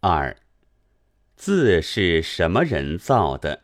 二，字是什么人造的？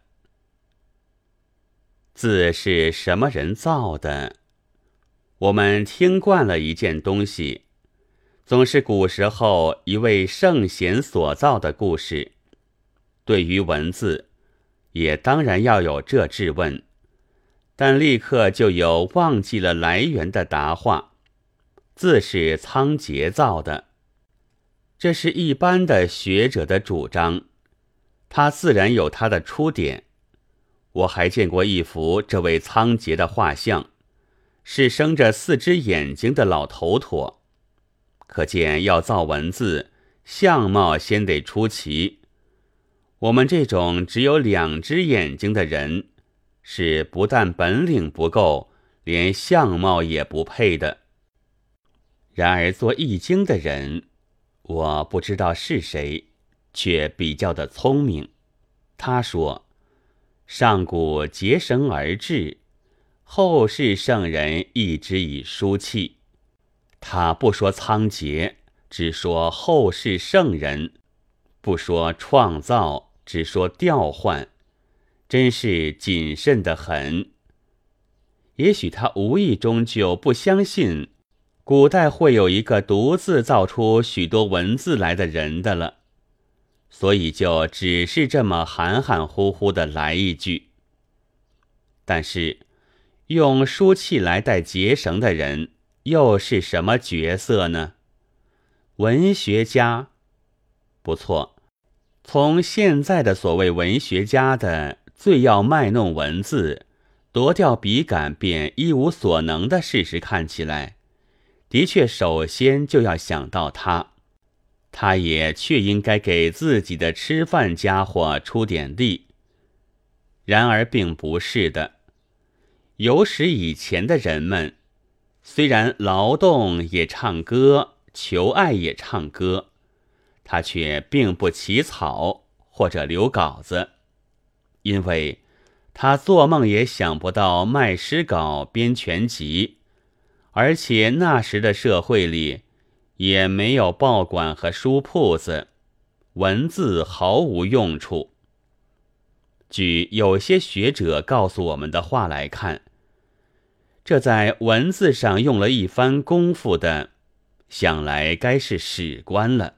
字是什么人造的？我们听惯了一件东西，总是古时候一位圣贤所造的故事。对于文字，也当然要有这质问，但立刻就有忘记了来源的答话。字是仓颉造的，这是一般的学者的主张，他自然有他的出典。我还见过一幅这位仓颉的画像，是生着4只眼睛的老头陀，可见要造文字，相貌先得出奇。我们这种只有2只眼睛的人，是不但本领不够，连相貌也不配的。然而做易经的人，我不知道是谁，却比较的聪明。他说，上古结绳而治，后世圣人亦之以书契。他不说仓颉，只说后世圣人，不说创造，只说调换，真是谨慎得很。也许他无意中就不相信古代会有一个独自造出许多文字来的人的了，所以就只是这么含含糊糊的来一句。但是用书契来代结绳的人又是什么角色呢？文学家？不错，从现在的所谓文学家的最要卖弄文字，夺掉笔杆便一无所能的事实看起来，的确首先就要想到他也确应该给自己的吃饭家伙出点力。然而并不是的，有史以前的人们，虽然劳动也唱歌，求爱也唱歌，他却并不起草或者留稿子，因为他做梦也想不到卖诗稿编全集，而且那时的社会里也没有报馆和书铺子，文字毫无用处。据有些学者告诉我们的话来看，这在文字上用了一番功夫的，想来该是史官了。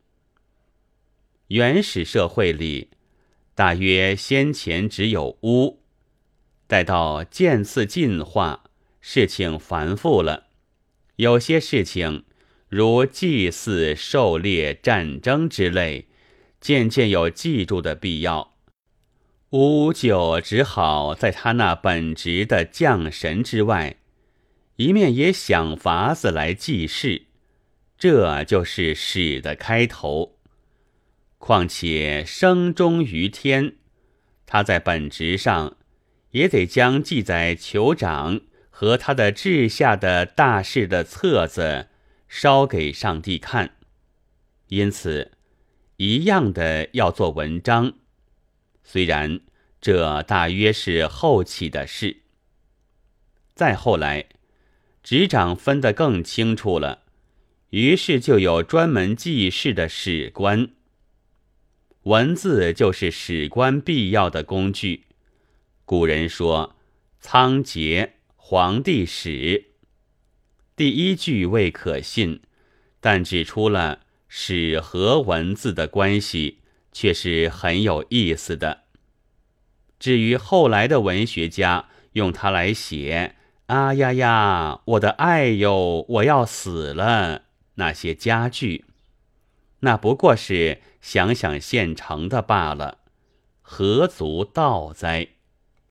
原始社会里，大约先前只有巫，待到渐次进化，事情繁复了，有些事情如祭祀、狩猎、战争之类，渐渐有记住的必要。巫就只好在他那本职的降神之外，一面也想法子来记事，这就是史的开头。况且生终于天，他在本职上也得将记载酋长和他的治下的大事的册子烧给上帝看，因此一样的要做文章，虽然这大约是后起的事。再后来，职掌分得更清楚了，于是就有专门记事的史官。文字就是史官必要的工具。古人说仓颉，皇帝史。第一句未可信，但指出了史和文字的关系，却是很有意思的。至于后来的文学家用它来写啊呀呀，我的爱哟，我要死了，那些佳句，那不过是想想现成的罢了，何足道哉？